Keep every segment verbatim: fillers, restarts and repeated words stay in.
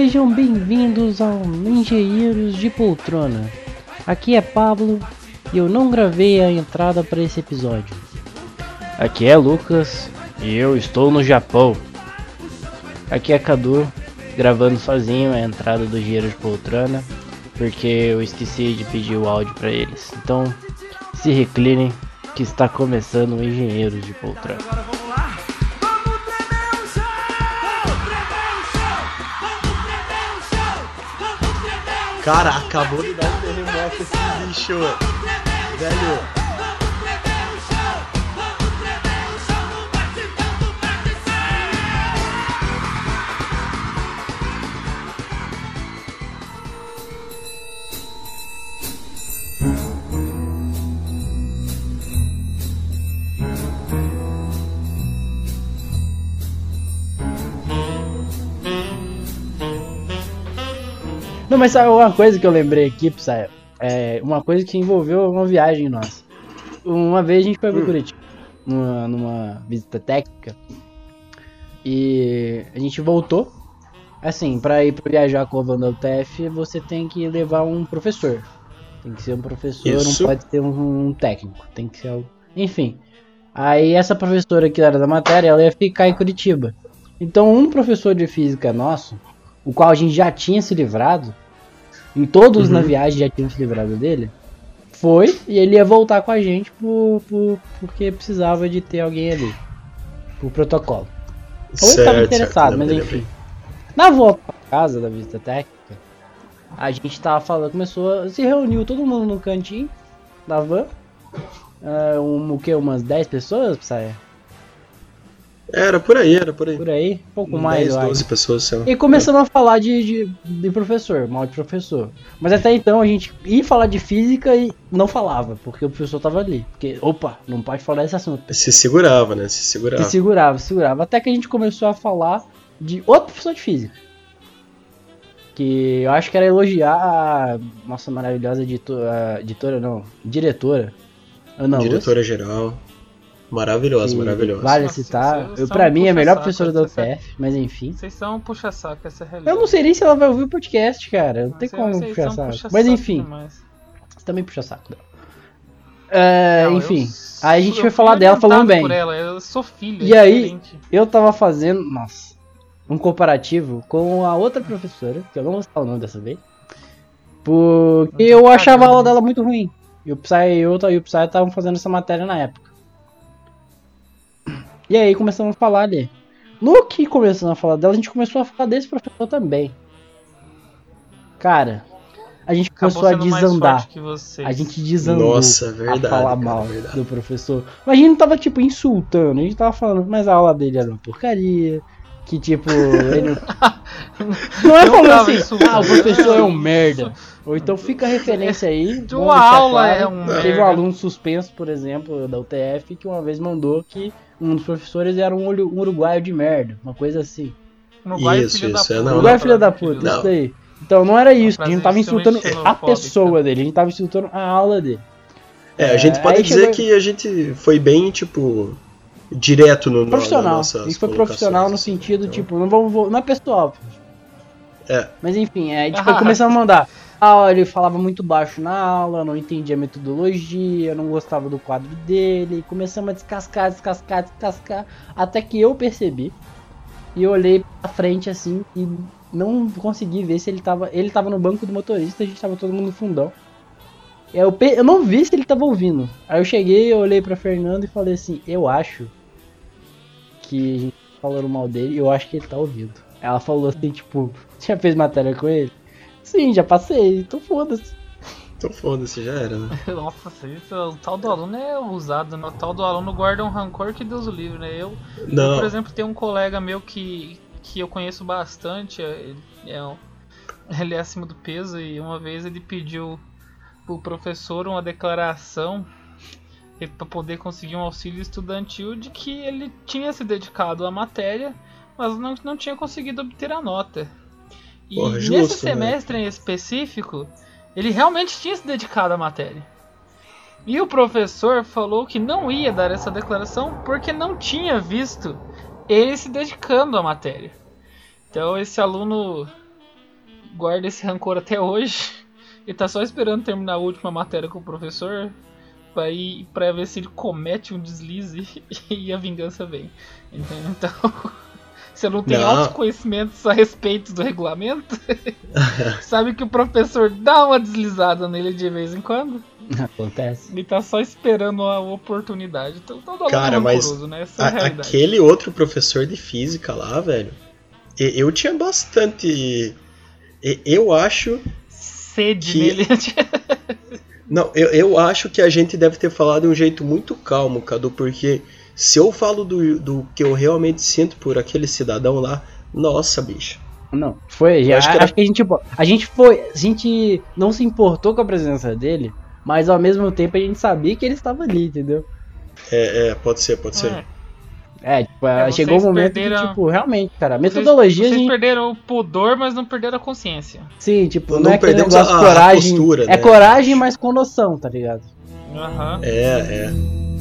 Sejam bem-vindos ao Engenheiros de Poltrona. Aqui é Pablo e eu não gravei a entrada para esse episódio. Aqui é Lucas e eu estou no Japão. Aqui é Cadu, gravando sozinho a entrada do Engenheiros de Poltrona, porque eu esqueci de pedir o áudio para eles. Então, se reclinem que está começando o Engenheiros de Poltrona. Cara, acabou de dar um terremoto esse bicho, velho. Não, mas sabe uma coisa que eu lembrei aqui, Psy? É uma coisa que envolveu uma viagem nossa. Uma vez a gente foi pra Curitiba, numa, numa visita técnica, e a gente voltou. Assim, pra ir pra viajar com a van da U T F, você tem que levar um professor. Tem que ser um professor, Isso. Não pode ser um, um técnico. Tem que ser algo... Enfim. Aí essa professora que era da matéria, ela ia ficar em Curitiba. Então um professor de física nosso, o qual a gente já tinha se livrado, em todos uhum. na viagem já tinham se livrado dele, foi e ele ia voltar com a gente por, por, porque precisava de ter alguém ali, por protocolo. Ou ele estava interessado, certo, mas enfim. Na volta pra casa da visita técnica, a gente tava falando, começou, se reuniu todo mundo no cantinho da van, uh, um, o que, umas dez pessoas, Psy? Era por aí, era por aí. Por aí, um pouco mais, dez, doze pessoas, sei lá. E começamos é. a falar de, de, de professor, mal de professor. Mas até então a gente ia falar de física e não falava, porque o professor tava ali. Porque, opa, não pode falar desse assunto. Se segurava, né? Se segurava. Se segurava, se segurava. Até que a gente começou a falar de outro professor de física. Que eu acho que era elogiar a nossa maravilhosa editora, editora não, diretora. Ana Diretora Lúcia. Geral. Maravilhosa, maravilhosa. Vale citar. Eu, pra mim, é a melhor professora da U T F, mas enfim. Vocês são um puxa-saco, essa é a realidade. Eu não sei nem se ela vai ouvir o podcast, cara. Não tem como puxar saco. Puxa mas enfim. Demais. Você também puxa saco. É, não, enfim. Eu, aí a gente foi falar dela falando bem. Por ela. Eu sou filho. E é aí, diferente. Eu tava fazendo, nossa, um comparativo com a outra professora, que eu não vou citar o nome dessa vez. Porque eu achava a aula dela muito ruim. E o Psy e eu e o Psy estavam fazendo essa matéria na época. E aí começamos a falar ali. No que começamos a falar dela, a gente começou a falar desse professor também. Cara, a gente começou a desandar. A gente desandou Nossa, verdade, a falar mal verdade. do professor. Mas a gente não tava tipo insultando, a gente tava falando, mas a aula dele era uma porcaria. Que tipo, ele... Não é falando assim, ah, o professor é um merda. Ou então fica a referência aí. De uma aula claro, é um merda. Teve um aluno suspenso, por exemplo, da U T F, que uma vez mandou que um dos professores era um uruguaio de merda. Uma coisa assim. Uruguaio isso, filho isso, da é puta. não. Uruguaio filho da puta, não. isso daí. Então não era isso, a gente não tava Prazer, insultando a xenofóbica. pessoa dele, a gente tava insultando a aula dele. É, a gente É, pode aí dizer chegou- que a gente foi bem, tipo, direto no Profissional, nas nossas isso foi colocações, profissional no assim. sentido, Então, tipo, não vamos, não é pessoal. É, Mas enfim, aí tipo, começamos a mandar. Ah, ele falava muito baixo na aula, não entendia a metodologia, não gostava do quadro dele. Começamos a descascar, descascar, descascar. Até que eu percebi. E eu olhei pra frente assim e não consegui ver se ele tava. Ele tava no banco do motorista, a gente tava todo mundo no fundão. Eu, pe- eu não vi se ele tava ouvindo. Aí eu cheguei, eu olhei pra Fernanda e falei assim, eu acho que a gente tá falando mal dele e eu acho que ele tá ouvindo. Ela falou assim, tipo, já fez matéria com ele? Sim, já passei, então foda-se. então foda-se, já era, né? Nossa, isso, o tal do aluno é usado, né? O tal do aluno guarda um rancor que Deus o livre, né? Eu, Não. eu, por exemplo, tenho um colega meu que, que eu conheço bastante, ele é, um- ele é acima do peso e uma vez ele pediu pro professor uma declaração para poder conseguir um auxílio estudantil de que ele tinha se dedicado à matéria, mas não, não tinha conseguido obter a nota. E Porra, nesse justo, semestre em específico, ele realmente tinha se dedicado à matéria. E o professor falou que não ia dar essa declaração porque não tinha visto ele se dedicando à matéria. Então esse aluno guarda esse rancor até hoje. Ele tá só esperando terminar a última matéria com o professor pra, ir, pra ver se ele comete um deslize e a vingança vem. Entendeu? Então, você não tem não. autoconhecimentos a respeito do regulamento? Sabe que o professor dá uma deslizada nele de vez em quando? Acontece. Ele tá só esperando a oportunidade. Então, todo Cara, aluno mas rancoroso, né? Essa é a a, realidade. aquele outro professor de física lá, velho, eu tinha bastante... Eu acho... Sede que... nele. Não, eu, eu acho que a gente deve ter falado de um jeito muito calmo, Cadu, porque se eu falo do, do que eu realmente sinto por aquele cidadão lá, nossa, bicho. Não, foi, já, acho acho, que, era... que a gente, a gente foi, a gente não se importou com a presença dele, mas ao mesmo tempo a gente sabia que ele estava ali, entendeu? É, é, pode ser, pode ser. É. É, tipo, É, chegou um momento perderam... que, tipo, realmente, cara, a metodologia... Vocês, vocês gente... perderam o pudor, mas não perderam a consciência. Sim, tipo, não, não é aquele perdemos negócio a, coragem, a postura, né? É coragem, mas com noção, tá ligado? Aham. Uhum. É, é.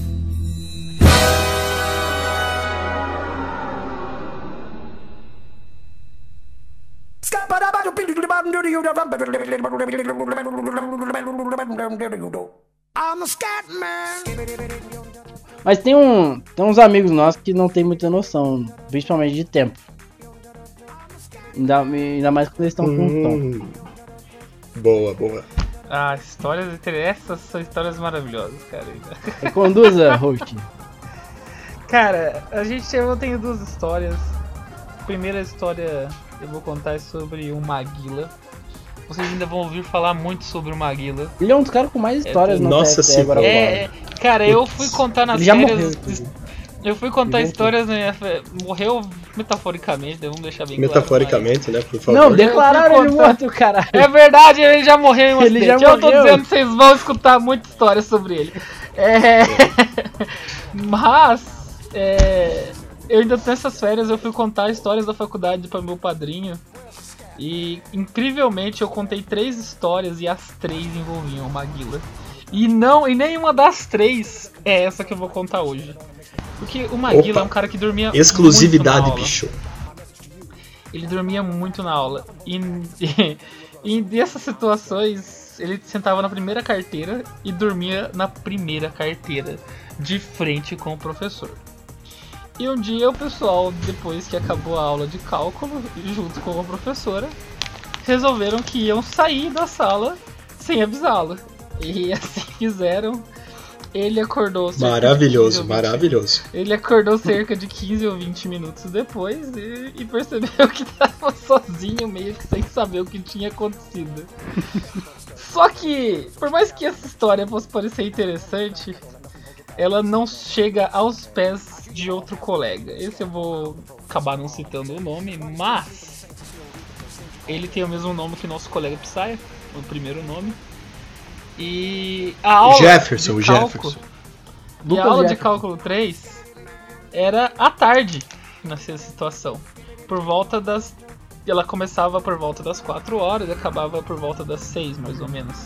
Mas tem, um, tem uns amigos nossos que não tem muita noção, principalmente de tempo. Ainda, ainda mais quando eles estão com um tom. Hum, boa, boa. Ah, histórias essas são histórias maravilhosas, cara. Conduza, host. Cara, a gente eu tenho duas histórias. A primeira história eu vou contar é sobre o Maguila. Vocês ainda vão ouvir falar muito sobre o Maguila. Ele é um dos caras com mais histórias é, no Nossa T F T agora. É, cara, eu fui contar nas Ele já férias. morreu. Eu fui contar histórias, né? Morreu metaforicamente, vamos deixar bem Metaforicamente, claro. Metaforicamente, né? Por favor. Não, declararam ele morto, caralho. É verdade, ele já morreu em um Ele acidente. já Eu tô morreu. dizendo que vocês vão escutar muita história sobre ele. É... Mas, é... eu ainda nessas férias eu fui contar histórias da faculdade para meu padrinho. E, incrivelmente, eu contei três histórias e as três envolviam o Maguila. E, não, e nenhuma das três é essa que eu vou contar hoje. Porque o Maguila Opa, é um cara que dormia exclusividade, muito na aula. bicho. Ele dormia muito na aula. E, e, e dessas situações, ele sentava na primeira carteira e dormia na primeira carteira, de frente com o professor. E um dia o pessoal, depois que acabou a aula de cálculo, junto com a professora, resolveram que iam sair da sala sem avisá-lo. E assim fizeram. Ele acordou cerca Maravilhoso, de maravilhoso. Ele acordou cerca de quinze ou vinte minutos depois e, e percebeu que estava sozinho, meio que sem saber o que tinha acontecido. Só que, por mais que essa história possa parecer interessante, ela não chega aos pés de outro colega. Esse eu vou acabar não citando o nome, mas ele tem o mesmo nome que nosso colega Psy, o primeiro nome. E a aula Jefferson, de cálculo, Jefferson. E a aula de cálculo três era à tarde nessa situação. Por volta das... Ela começava por volta das quatro horas e acabava por volta das seis, mais ou menos.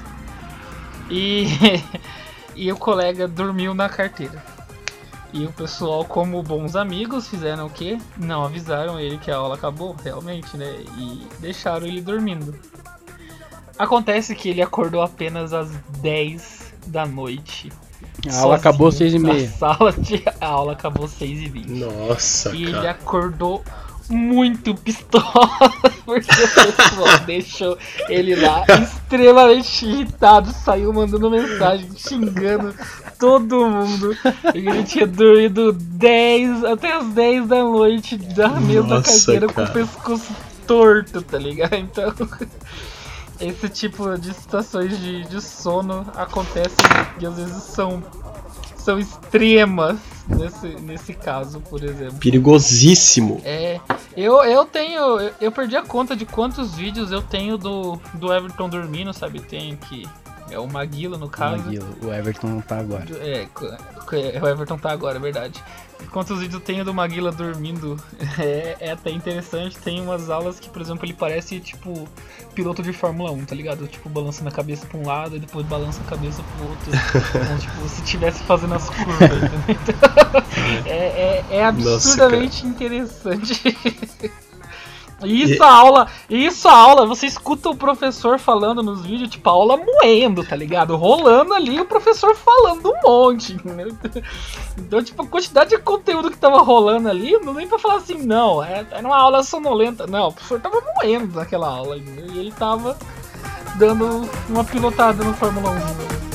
E, e o colega dormiu na carteira. E o pessoal, como bons amigos, fizeram o quê? Não avisaram ele que a aula acabou, realmente, né? E deixaram ele dormindo. Acontece que ele acordou apenas às dez da noite. A aula acabou às seis e meia. Sala de... A aula acabou às seis e vinte. Nossa, e cara. ele acordou muito pistola, porque o pessoal deixou ele lá extremamente irritado, saiu mandando mensagem, xingando todo mundo. Ele tinha dormido dez, até as dez da noite, da mesma carteira, com o pescoço torto, tá ligado? Então... Esse tipo de situações de, de sono acontecem e às vezes são, são extremas nesse, nesse caso, por exemplo. Perigosíssimo. É, eu, eu tenho, eu, eu perdi a conta de quantos vídeos eu tenho do, do Everton dormindo, sabe? Tem que, é o Maguila no caso. Maguila, o Everton não tá agora. É, o Everton tá agora, é verdade. Quantos vídeos eu tenho do Maguila dormindo é, é até interessante. Tem umas aulas que, por exemplo, ele parece tipo piloto de Fórmula um, tá ligado? Tipo, balançando a cabeça pra um lado e depois balança a cabeça pro outro. Como tipo, se estivesse fazendo as curvas, entendeu? Então, é, é, é absurdamente Nossa, interessante. Isso a aula, isso a aula, você escuta o professor falando nos vídeos, tipo, a aula moendo, tá ligado? Rolando ali, o professor falando um monte, entendeu? Então, tipo, a quantidade de conteúdo que tava rolando ali, não nem pra falar assim, não, era uma aula sonolenta, não, o professor tava moendo naquela aula, entendeu? E ele tava dando uma pilotada no Fórmula um.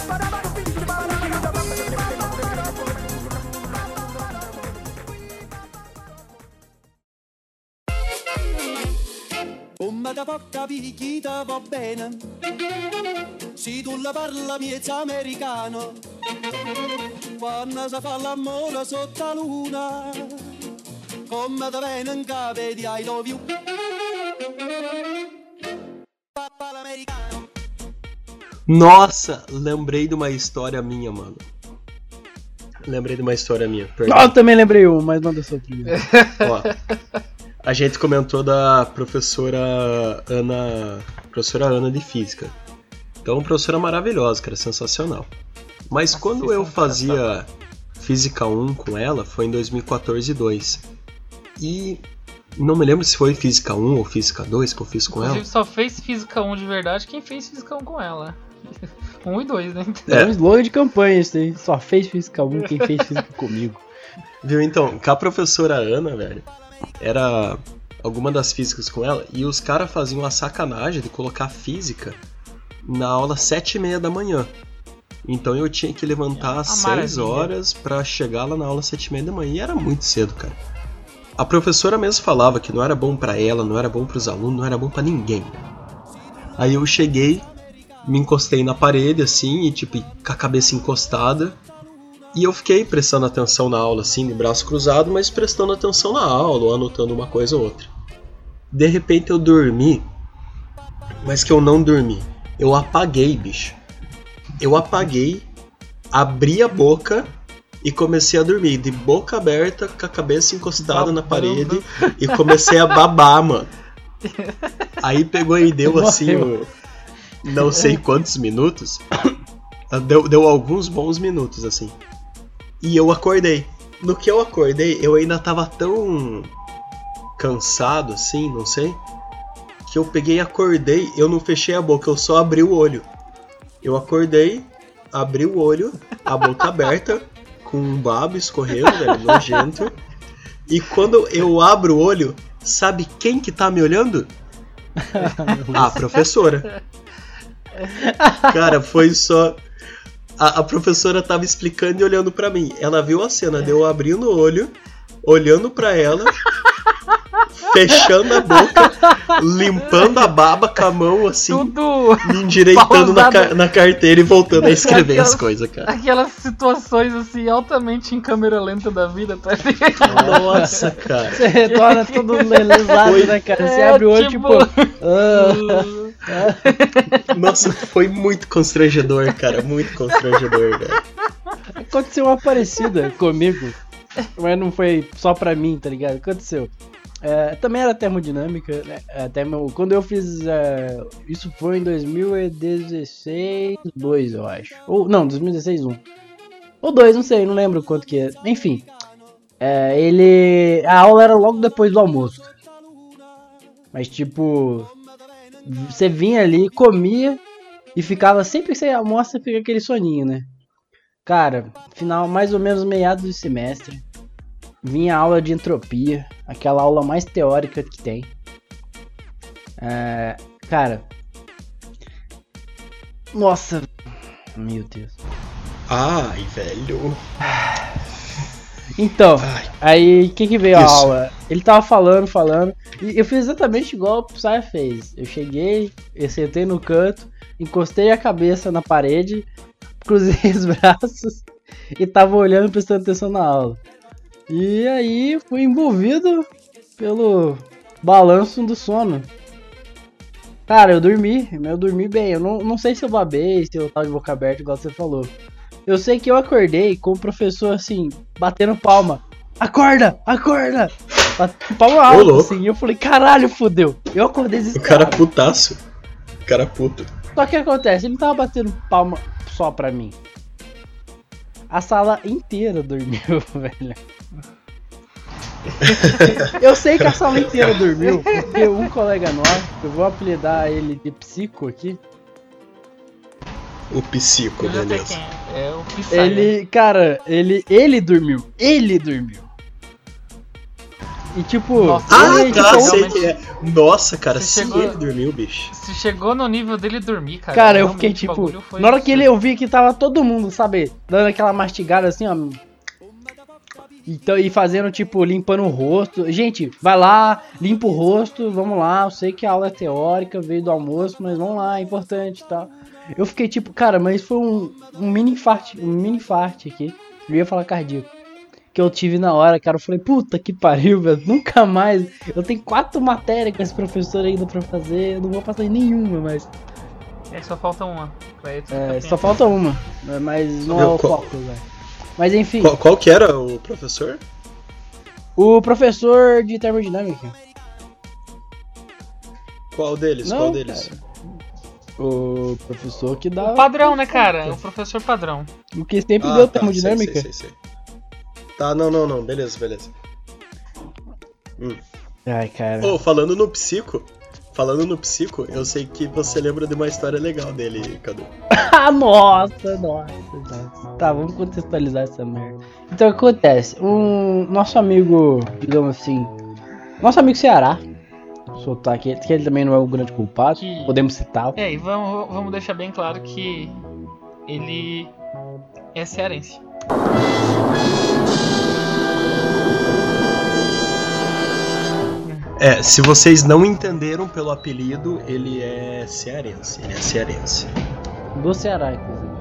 Come da poca picchita va bene, se tu la parla miezza americano, quando si fa l'amore sotto la luna, come da bene in cave di I love you, papà l'americano. Nossa, lembrei de uma história minha, mano. Lembrei de uma história minha, perdão. Eu também lembrei uma, mas manda sua primeiro. Ó, a gente comentou da professora Ana, professora Ana de Física. Então, professora maravilhosa, cara, sensacional. Mas Nossa, quando eu fazia Física um com ela, foi em dois mil e quatorze dois. E não me lembro se foi Física um ou Física dois que eu fiz com Inclusive, ela. só fez Física um de verdade quem fez Física um com ela. um e dois, né? É um slogan de campanha isso aí. Só fez Física um quem fez Física comigo. Viu, então, com a professora Ana, velho, era alguma das físicas com ela, e os caras faziam a sacanagem de colocar física na aula sete e meia da manhã. Então eu tinha que levantar às seis horas pra chegar lá na aula sete e meia da manhã, e era muito cedo, cara. A professora mesmo falava que não era bom pra ela, não era bom pros alunos, não era bom pra ninguém. Aí eu cheguei, me encostei na parede, assim, e tipo, com a cabeça encostada, e eu fiquei prestando atenção na aula, assim, de braço cruzado, mas prestando atenção na aula, ou anotando uma coisa ou outra. De repente eu dormi, mas que eu não dormi. Eu apaguei, bicho. Eu apaguei, abri a boca e comecei a dormir, de boca aberta, com a cabeça encostada Babando. na parede, e comecei a babar, mano. Aí pegou e deu, assim, o, não sei quantos minutos, deu, deu alguns bons minutos, assim. E eu acordei. No que eu acordei, eu ainda tava tão cansado, assim, não sei, que eu peguei e acordei, eu não fechei a boca, eu só abri o olho. Eu acordei, abri o olho, a boca aberta, com um babo escorrendo, velho, nojento. E quando eu abro o olho, sabe quem que tá me olhando? A professora. Cara, foi só... A, a professora tava explicando e olhando pra mim. Ela viu a cena de eu abrindo o olho, olhando pra ela, fechando a boca, limpando a baba com a mão, assim, Tudo me endireitando na, ca- na carteira e voltando a escrever aquelas, as coisas, cara. Aquelas situações, assim, altamente em câmera lenta da vida, tá ligado? Nossa, cara. Você retorna tudo lesado, foi... né, cara? Você é, abre o olho, tipo... tipo... Uh... Nossa, foi muito constrangedor, cara. Muito constrangedor, velho. Aconteceu uma parecida comigo, mas não foi só pra mim, tá ligado? Aconteceu. É, também era termodinâmica, né? Até meu, quando eu fiz. É, isso foi em dois mil e dezesseis, dois, eu acho. Ou, não, dois mil e dezesseis, um. Ou dois, não sei, não lembro quanto que é. Enfim. É, ele. A aula era logo depois do almoço. Mas tipo. Você vinha ali, comia e ficava. Sempre que você almoça, fica aquele soninho, né? Cara, final mais ou menos meados de semestre. Vinha a aula de entropia, aquela aula mais teórica que tem. É, cara. Nossa. Meu Deus. Ai, velho. Então, Ai. aí o que que veio Isso. a aula? Ele tava falando, falando. E eu fiz exatamente igual o Psy fez. Eu cheguei, eu sentei no canto, encostei a cabeça na parede, cruzei os braços e tava olhando, prestando atenção na aula. E aí fui envolvido pelo balanço do sono. Cara, eu dormi, eu dormi bem. Eu não, não sei se eu babei, se eu tava de boca aberta, igual você falou. Eu sei que eu acordei com o professor assim, batendo palma. Acorda, acorda! Batendo palma alto, assim. E eu falei, caralho, fodeu. Eu acordei desesperado. O cara putaço. O cara puto. Só que acontece, ele não tava batendo palma só pra mim. A sala inteira dormiu, velho. Eu sei que a sala inteira dormiu, porque um colega nosso, eu vou apelidar ele de psico aqui. O psico, Eu já sei beleza. quem é. É o Psy. Ele, cara, ele, ele dormiu. Ele dormiu. E tipo, Nossa, Ah, ele, tá, tipo, sei realmente- que é. Nossa, cara, Você se chegou- ele dormiu, bicho. Se chegou no nível dele dormir, cara. Cara, eu realmente fiquei o tipo, bagulho foi na hora que ele absurdo. eu vi que tava todo mundo, sabe, dando aquela mastigada assim, ó. Então, e fazendo, tipo, limpando o rosto. Gente, vai lá, limpa o rosto, vamos lá. Eu sei que a aula é teórica, veio do almoço, mas vamos lá, é importante e tal. Eu fiquei tipo, cara, mas foi um, um mini infarte, um mini infarte aqui. Eu ia falar cardíaco. Que eu tive na hora, cara. Eu falei, puta que pariu, velho. Nunca mais. Eu tenho quatro matérias com esse professor ainda pra fazer. Eu não vou passar em nenhuma, mas. É, só falta uma. Pra ele É, ficar só falta uma. Mas não é Eu o co- foco, velho. Mas enfim, Qual, qual que era o professor? o professor de termodinâmica. Qual deles? Não, qual deles? cara. O professor que dá. O padrão, né, cara? O professor padrão. O que sempre Ah, deu tá, termodinâmica. sei, sei, sei, sei. Tá, não, não, não. Beleza, beleza. Hum. Ai, cara. Ô, falando no psico, falando no psico, eu sei que você lembra de uma história legal dele, Cadu. Ah, nossa, nossa, nossa. Tá, vamos contextualizar essa merda. Então, o que acontece? Um nosso amigo, digamos assim, nosso amigo Ceará, vou soltar aqui, que ele também não é o grande culpado, Que- podemos citá-lo. É, e vamos, vamos deixar bem claro que ele é cearense. É, se vocês não entenderam pelo apelido, ele é cearense. Ele é cearense. Do Ceará, inclusive.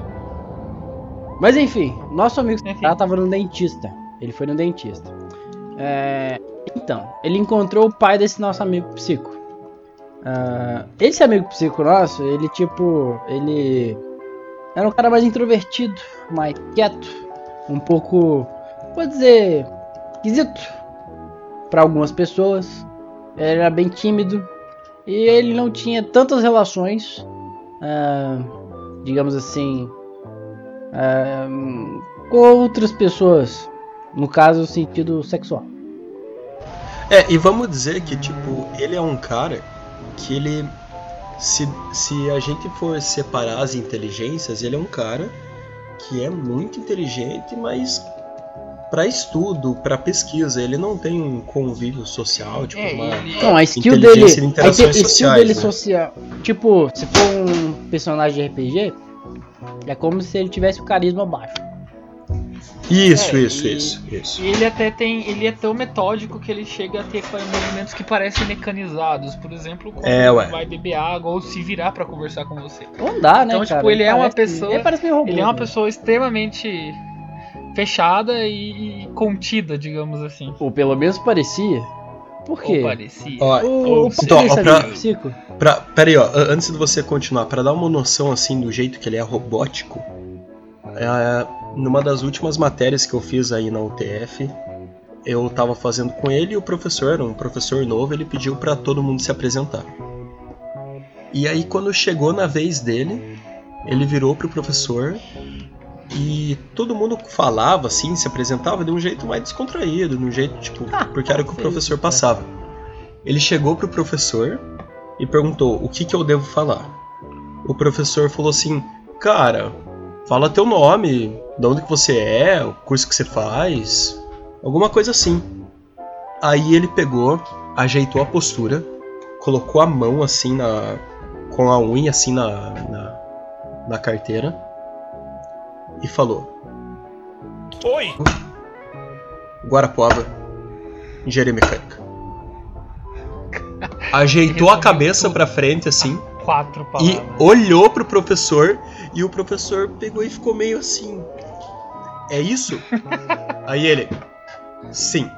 Mas enfim, nosso amigo Enfim. Ceará tava no dentista. Ele foi no dentista. É, então, ele encontrou o pai desse nosso amigo psico. Ah, esse amigo psico nosso, ele tipo, ele era um cara mais introvertido, mais quieto, um pouco, vou dizer, esquisito para algumas pessoas. Ele era bem tímido e ele não tinha tantas relações, ah, digamos assim, ah, com outras pessoas, no caso, no sentido sexual. É, e vamos dizer que, tipo, ele é um cara que ele... Se, se a gente for separar as inteligências, ele é um cara que é muito inteligente, mas para estudo, para pesquisa, ele não tem um convívio social, tipo, É, uma ele- Não, a skill dele, inteligência de a interações inte- skill sociais, dele né? social, tipo, se for um personagem de R P G, é como se ele tivesse o carisma baixo. Isso, É, isso, e- isso, isso. E ele até tem. Ele é tão metódico que ele chega a ter movimentos que parecem mecanizados. Por exemplo, quando É, ele ué. vai beber água ou se virar pra conversar com você. Não dá, né, Então, tipo, cara? ele é uma parece- pessoa- Ele parece meio robô. Ele é uma né? pessoa extremamente fechada e, e contida, digamos assim. Ou pelo menos parecia. Por quê? Ou parecia. Ó, O, Ou o, então, esse ó, pra- amigo psico, Pra, pera aí, ó, a- antes de você continuar, pra dar uma noção assim do jeito que ele é robótico, é, numa das últimas matérias que eu fiz aí na U T F, eu tava fazendo com ele e o professor, era um professor novo, ele pediu pra todo mundo se apresentar. E aí quando chegou na vez dele, ele virou pro professor e todo mundo falava assim, se apresentava de um jeito mais descontraído, de um jeito tipo, porque era o que o Sim, professor tá. passava. Ele chegou pro professor e perguntou: o que que eu devo falar? O professor falou assim: cara, fala teu nome, de onde que você é, o curso que você faz, alguma coisa assim. Aí ele pegou, ajeitou a postura, colocou a mão assim na, com a unha assim na, na, na carteira e falou: Oi! Guarapuava, engenharia mecânica. Ajeitou a cabeça pra frente assim Quatro e palavras. olhou pro professor e o professor pegou e ficou meio assim: é isso? Aí ele: sim.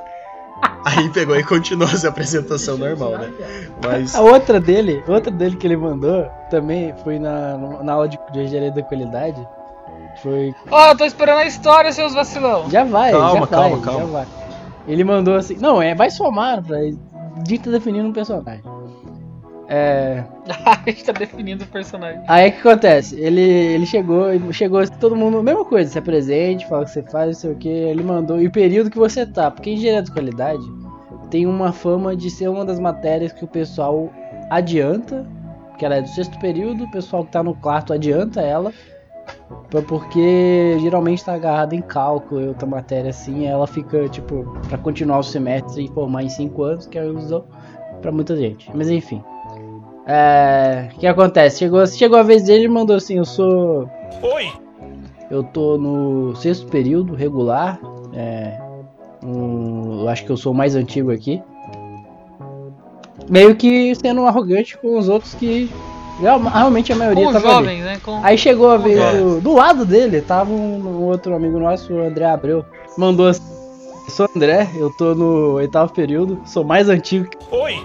Aí pegou e continuou a apresentação normal, né? Mas a outra dele, outra dele que ele mandou, também foi na, na aula de, de engenharia da qualidade. Foi. Ó, eu tô esperando a história, seus vacilão. Já vai, Calma, já calma, vai, calma. já vai. Ele mandou assim. Não, é, vai somar, pra, a gente tá definindo um personagem. É... A gente tá definindo o personagem. Aí o que acontece? Ele, ele chegou, chegou todo mundo, mesma coisa, se apresente, fala o que você faz, não sei o que, ele mandou, e o período que você tá, porque engenharia de qualidade tem uma fama de ser uma das matérias que o pessoal adianta, que ela é do sexto período, o pessoal que tá no quarto adianta ela, porque geralmente tá agarrado em cálculo e outra matéria assim, ela fica tipo, pra continuar o semestre e formar em cinco anos, que é a ilusão pra muita gente, mas enfim. É, o que acontece? Chegou, chegou a vez dele e mandou assim, eu sou... Oi! Eu tô no sexto período regular, é, um, eu acho que eu sou o mais antigo aqui. Meio que sendo arrogante com os outros que realmente a maioria com tava jovens, ali. né? Com... Aí chegou a vez do, do lado dele, tava um, um outro amigo nosso, o André Abreu, mandou assim, eu sou o André, eu tô no oitavo período, sou mais antigo que... Oi!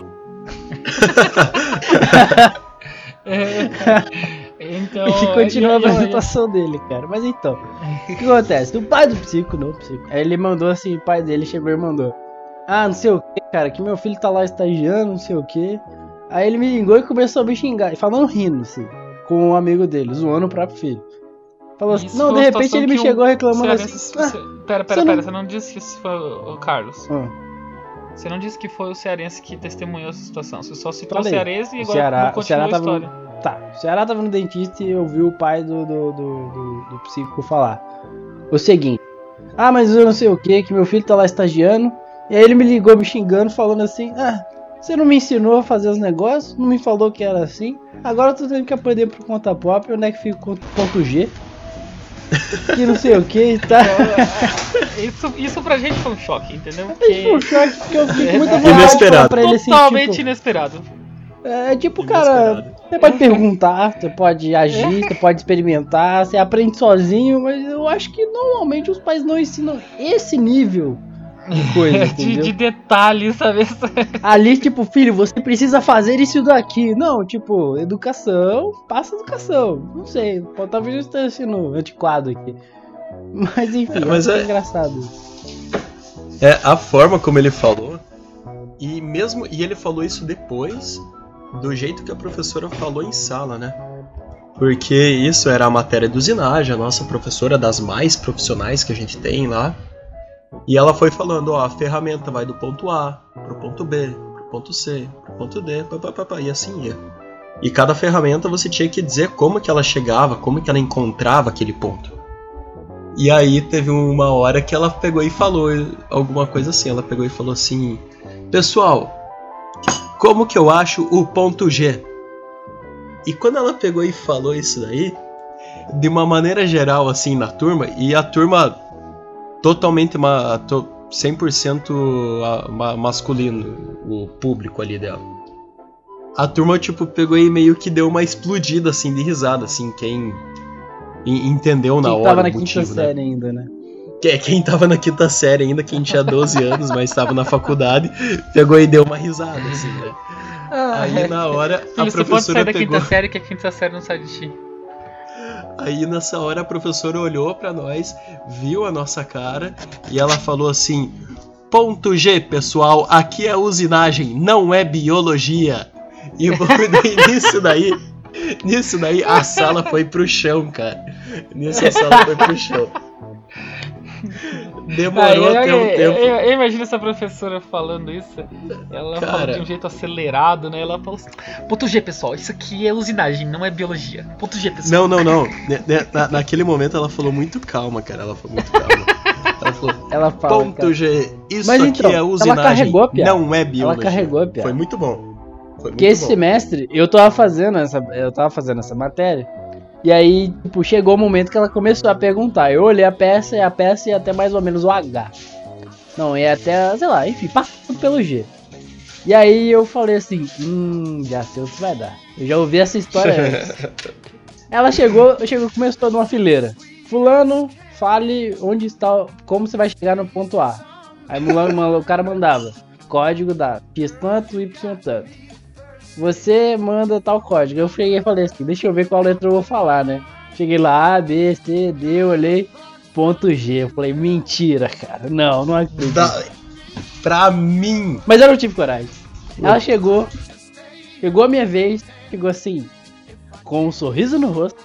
Então, e continua a eu- eu- apresentação dele, cara. Mas então, o que acontece? O pai do psico, não, psico. Aí ele mandou assim, o pai dele chegou e mandou: ah, não sei o que, cara, que meu filho tá lá estagiando, não sei o que. Aí ele me ligou e começou a me xingar, e falando rindo, assim, com um amigo dele, zoando o próprio filho. Falou assim, Isso não, foi de uma repente situação ele me que chegou um reclamando cearense- assim. Ah, você- Pera, pera, você pera, não- você não disse que isso foi o o Carlos. ah, Você não disse que foi o cearense que testemunhou essa situação. Você só citou Falei. o cearense e O agora Ceará- não o continuou Ceará a tava- história. Tá, o Ceará tava no dentista e ouviu o pai do, do, do, do, do psíquico falar o seguinte: ah, mas eu não sei o que, que meu filho tá lá estagiando. E aí ele me ligou me xingando, falando assim: ah, você não me ensinou a fazer os negócios, não me falou que era assim. Agora eu tô tendo que aprender por conta própria, onde é que fica o ponto G. Que não sei o que e tá. Isso, isso pra gente foi um choque, entendeu? Aí foi um Porque choque, porque eu fiquei com muita vontade de Inesperado. falar pra ele assim, totalmente tipo, inesperado. é tipo, cara, você pode perguntar, você pode agir, você pode experimentar, você aprende sozinho, mas eu acho que normalmente os pais não ensinam esse nível de coisa, de, entendeu? de detalhes, sabe? Ali, tipo, filho, você precisa fazer isso daqui. Não, tipo, educação, passa educação. Não sei, pô, talvez eu esteja sendo antiquado aqui. Mas enfim, É, mas é é- engraçado. É a forma como ele falou. E mesmo e ele falou isso depois do jeito que a professora falou em sala, né? Porque isso era a matéria de usinagem, a nossa professora das mais profissionais que a gente tem lá. E ela foi falando, ó, a ferramenta vai do ponto A pro ponto B, pro ponto C, pro ponto D, papapá, e assim ia. E cada ferramenta você tinha que dizer como que ela chegava, como que ela encontrava aquele ponto. E aí teve uma hora que ela pegou e falou alguma coisa assim, ela pegou e falou assim: pessoal, como que eu acho o ponto G? E quando ela pegou e falou isso daí, de uma maneira geral assim na turma, e a turma totalmente ma, to, cem por cento a- ma- masculino, o público ali dela. A turma tipo pegou e meio que deu uma explodida assim de risada, assim, quem e- entendeu na Quem hora tava na o quinta motivo, né? série ainda, né? Que- Quem tava na quinta série ainda, quem tinha doze anos, mas estava na faculdade, pegou e deu uma risada, assim, né? Aí na hora a Filho, você pode professora sair da pegou. quinta série, que a quinta série não sai de ti. Aí nessa hora a professora olhou pra nós, viu a nossa cara e ela falou assim: ponto G, pessoal, aqui é usinagem, não é biologia. E daí, nisso daí, nisso daí a sala foi pro chão, cara. Nisso a sala foi pro chão. Demorou Ah, até eu, um eu, tempo. eu, eu imagino essa professora falando isso. Ela Cara. falou de um jeito acelerado, né? Ela falou assim: ponto G, pessoal, isso aqui é usinagem, não é biologia. Ponto G, pessoal. Não, não, não. Ne- ne- na- naquele momento ela falou muito calma, cara. Ela falou muito calma. Ela falou: Ela fala, ponto cara. G, isso Mas aqui então, é ela usinagem, carregou a piada. não é biologia. Ela carregou a piada. Foi muito bom. Foi muito Porque esse bom. semestre eu tava fazendo essa, eu tava fazendo essa matéria. E aí, tipo, chegou o momento que ela começou a perguntar. Eu olhei a peça e a peça ia até mais ou menos o H. Não, ia até, sei lá, enfim, passando pelo G. E aí eu falei assim, hum, já sei o que vai dar. Eu já ouvi essa história antes. Ela chegou, chegou, começou numa fileira. Fulano, fale onde está, como você vai chegar no ponto A. Aí o cara mandava, código da X tanto, Y tanto. Você manda tal código. Eu cheguei e falei assim, deixa eu ver qual letra eu vou falar, né? Cheguei lá, A, B, C, D, eu olhei, ponto G. Eu falei, mentira, cara. Não, não acredito. Da- Pra mim. Mas eu não tive coragem. Ela chegou, Chegou a minha vez, chegou assim, com um sorriso no rosto.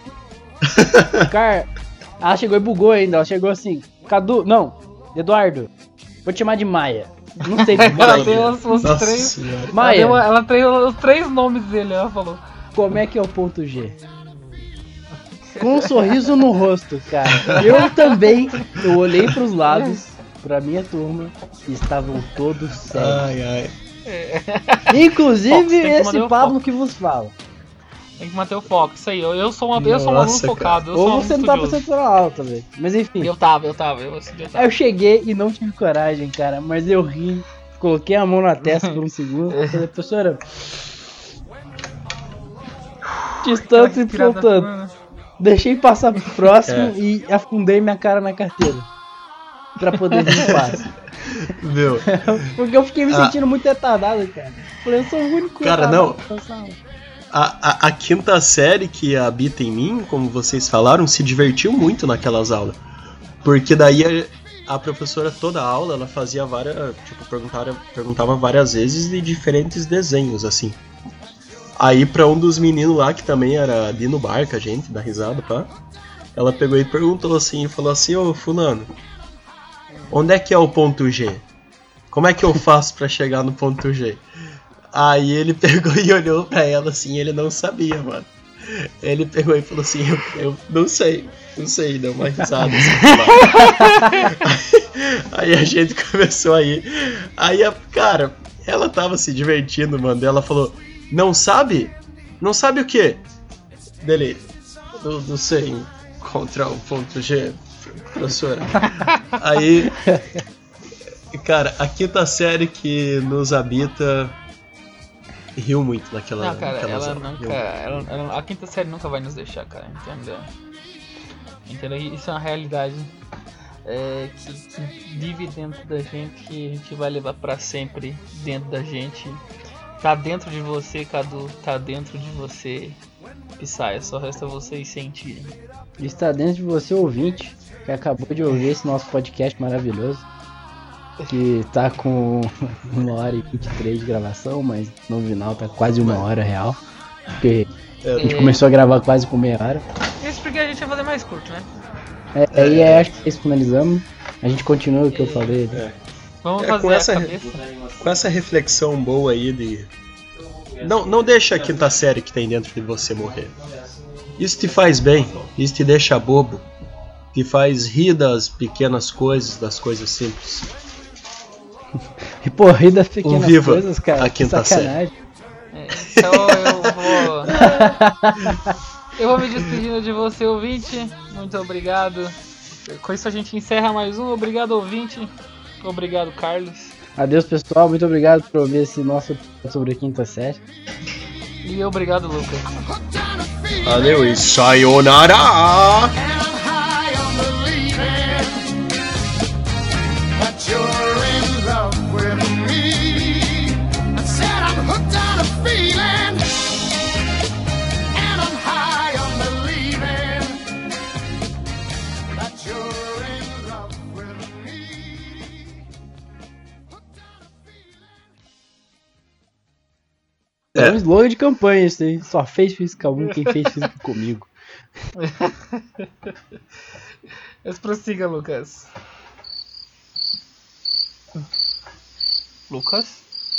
Cara, ela chegou e bugou ainda, ela chegou assim, Cadu, não, Eduardo, vou te chamar de Maia. Não sei como Ela é. tem os, os Nossa três. senhora. Maia, Ela, deu, ela tem os três nomes dele, ela falou. como é que é o ponto G? Com um sorriso no rosto, cara. Eu também, eu olhei pros lados, pra minha turma, e estavam todos sérios. Ai, ai. Inclusive Fox, tem que manter esse o Pablo foco. que vos fala. Tem que manter o foco, isso aí. Eu, eu, sou, uma, eu sou um aluno Nossa, focado, eu Ou sou um você aluno não tá estudioso. prestando atenção alta, velho. Mas enfim. Eu tava, eu tava, eu, eu Aí tava. eu cheguei e não tive coragem, cara. Mas eu ri, coloquei a mão na testa por um segundo. Falei, professora. Distância e Tirada- soltando. Deixei passar pro próximo É. e afundei minha cara na carteira. Pra poder vir em paz. Meu, Porque eu fiquei me Ah. sentindo muito retardado, cara. Falei, eu sou o único Cara, retardado não. dessa sala. a, a, a quinta série que habita em mim, como vocês falaram, se divertiu muito naquelas aulas. Porque daí a, a professora toda a aula, ela fazia várias, tipo, perguntava, perguntava várias vezes de diferentes desenhos, assim. Aí pra um dos meninos lá, que também era ali no bar com a gente, dá risada, pá. Ela pegou e perguntou assim, e falou assim, ô fulano, onde é que é o ponto G? Como é que eu faço pra chegar no ponto G? Aí ele pegou e olhou pra ela assim, ele não sabia, mano. Ele pegou e falou assim, eu, eu não sei, não sei, deu uma risada assim. Aí a gente começou a ir. Aí, a, cara, ela tava se divertindo, mano. Ela falou, não sabe? Não sabe o quê? Dele, não, não sei encontrar o ponto G, professora. Aí, cara, a quinta série que nos habita riu muito naquela. Não, cara, naquelas ela aulas. nunca. Riu. Ela, ela- a quinta série nunca vai nos deixar, cara, entendeu? Entendeu? Isso é uma realidade é, que, que vive dentro da gente, que a gente vai levar pra sempre dentro da gente. Tá dentro de você, Cadu, tá dentro de você, Psy, só resta vocês sentirem. Está dentro de você, ouvinte, que acabou de ouvir esse nosso podcast maravilhoso. Que tá com uma hora e vinte e três de gravação, mas no final tá quase uma hora real. Porque a gente É. começou a gravar quase com meia hora. Isso porque a gente vai fazer mais curto, né? É, aí é, acho que é isso, finalizamos. A gente continua o que eu falei. Né? Vamos É, fazer com a essa- cabeça. Com essa reflexão boa aí de. Não, não deixa a quinta série que tem dentro de você morrer. Isso te faz bem, isso te deixa bobo, te faz rir das pequenas coisas, das coisas simples. E pô, rir das pequenas Um viva coisas, cara. a Que quinta sacanagem. É, então eu vou. Eu vou me despedindo de você, ouvinte. Muito obrigado. Com isso a gente encerra mais um. Obrigado, ouvinte. Obrigado, Carlos. Adeus, pessoal. Muito obrigado por ouvir esse nosso episódio sobre a quinta série. E obrigado, Lucas. Valeu e sayonara! That you're in love with me. I said I'm hooked on a feeling, and I'm high on believing that you're in love with me. É É. um slogan de campanha isso aí. Só fez física um quem fez física comigo. Mas prossiga, Lucas. Lucas?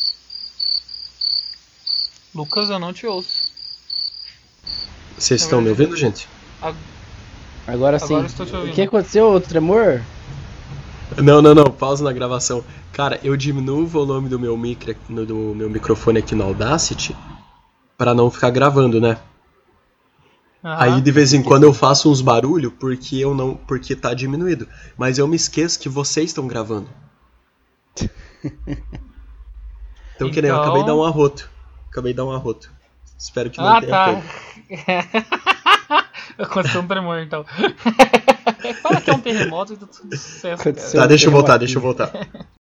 Lucas, eu não te ouço. Vocês estão me ouvindo, gente? Agora sim. Agora estou te ouvindo. O que aconteceu, o tremor? Não, não, não, pausa na gravação. Cara, eu diminuo o volume do meu, micro, no- do meu microfone aqui no Audacity pra não ficar gravando, né? Aham. Aí de vez em quando eu faço uns barulhos porque eu não, porque tá diminuído. Mas eu me esqueço que vocês estão gravando. Então, que nem eu Então- acabei de dar um arroto. Acabei de dar um arroto. Espero que não Ah, tenha tá. pego. Aconteceu um tremor, então. Fala que é um terremoto e tá tudo certo. Aconteceu. Cara. Tá, deixa eu Tem uma voltar, aqui. deixa eu voltar.